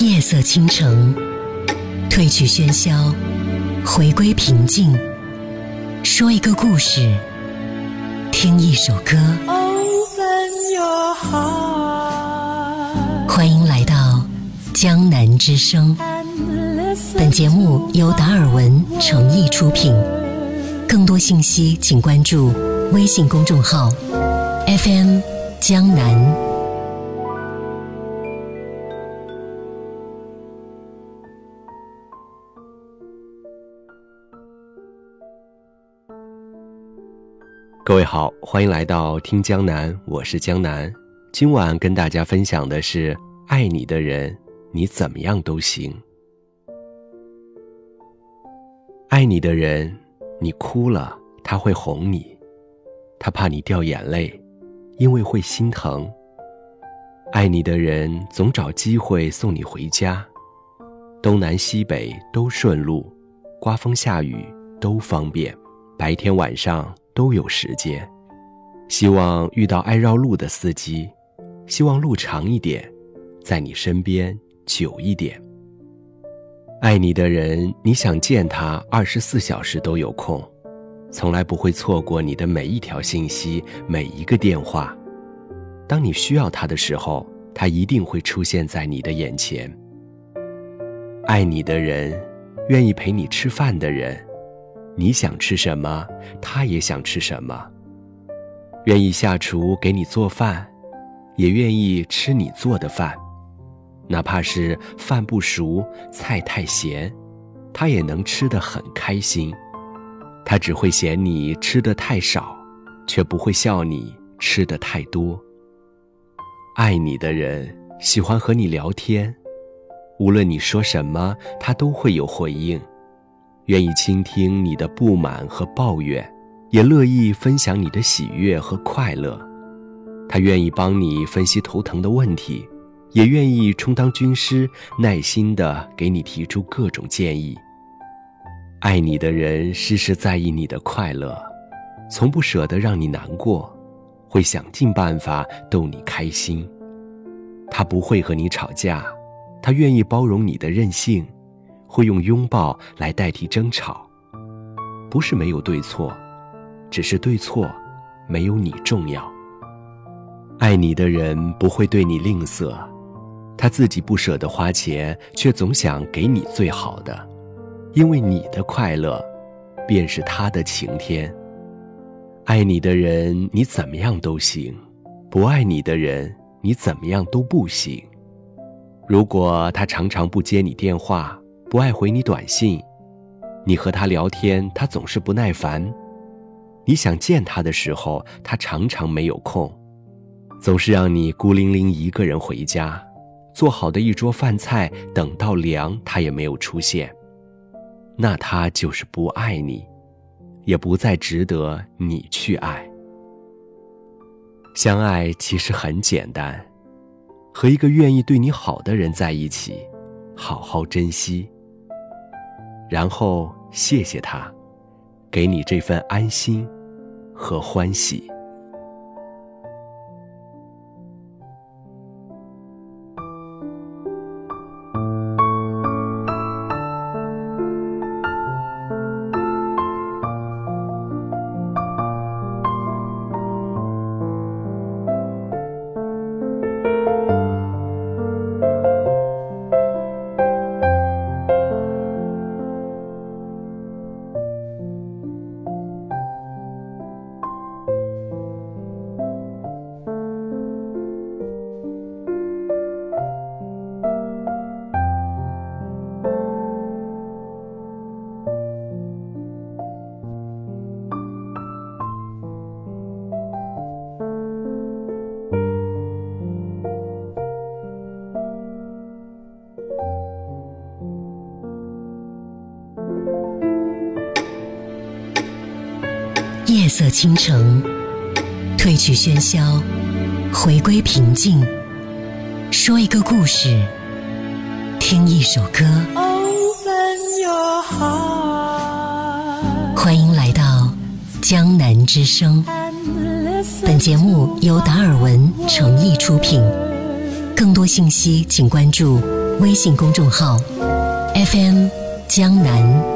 夜色倾城，褪去喧嚣，回归平静。说一个故事，听一首歌。欢迎来到江南之声。本节目由达尔文诚意出品。更多信息请关注微信公众号 FM 江南。 各位好，欢迎来到听江南，我是江南。今晚跟大家分享的是，爱你的人，你怎么样都行。爱你的人，你哭了，他会哄你，他怕你掉眼泪，因为会心疼。爱你的人总找机会送你回家，东南西北都顺路，刮风下雨都方便，白天晚上都有时间。希望遇到爱绕路的司机，希望路长一点，在你身边久一点。爱你的人，你想见他24小时都有空，从来不会错过你的每一条信息，每一个电话。当你需要他的时候，他一定会出现在你的眼前。爱你的人，愿意陪你吃饭的人，你想吃什么，他也想吃什么。愿意下厨给你做饭，也愿意吃你做的饭。哪怕是饭不熟，菜太咸，他也能吃得很开心。他只会嫌你吃得太少，却不会笑你吃得太多。爱你的人喜欢和你聊天，无论你说什么，他都会有回应。愿意倾听你的不满和抱怨，也乐意分享你的喜悦和快乐。他愿意帮你分析头疼的问题，也愿意充当军师，耐心地给你提出各种建议。爱你的人时时在意你的快乐，从不舍得让你难过，会想尽办法逗你开心。他不会和你吵架，他愿意包容你的任性，会用拥抱来代替争吵。不是没有对错，只是对错没有你重要。爱你的人不会对你吝啬，他自己不舍得花钱，却总想给你最好的，因为你的快乐便是他的晴天。爱你的人，你怎么样都行；不爱你的人，你怎么样都不行。如果他常常不接你电话，不爱回你短信，你和他聊天，他总是不耐烦。你想见他的时候，他常常没有空，总是让你孤零零一个人回家，做好的一桌饭菜等到凉，他也没有出现。那他就是不爱你，也不再值得你去爱。相爱其实很简单，和一个愿意对你好的人在一起，好好珍惜，然后谢谢他，给你这份安心和欢喜。 夜色倾城，褪去喧嚣，回归平静。说一个故事，听一首歌。欢迎来到江南之声。本节目由达尔文诚意出品。更多信息请关注微信公众号 FM 江南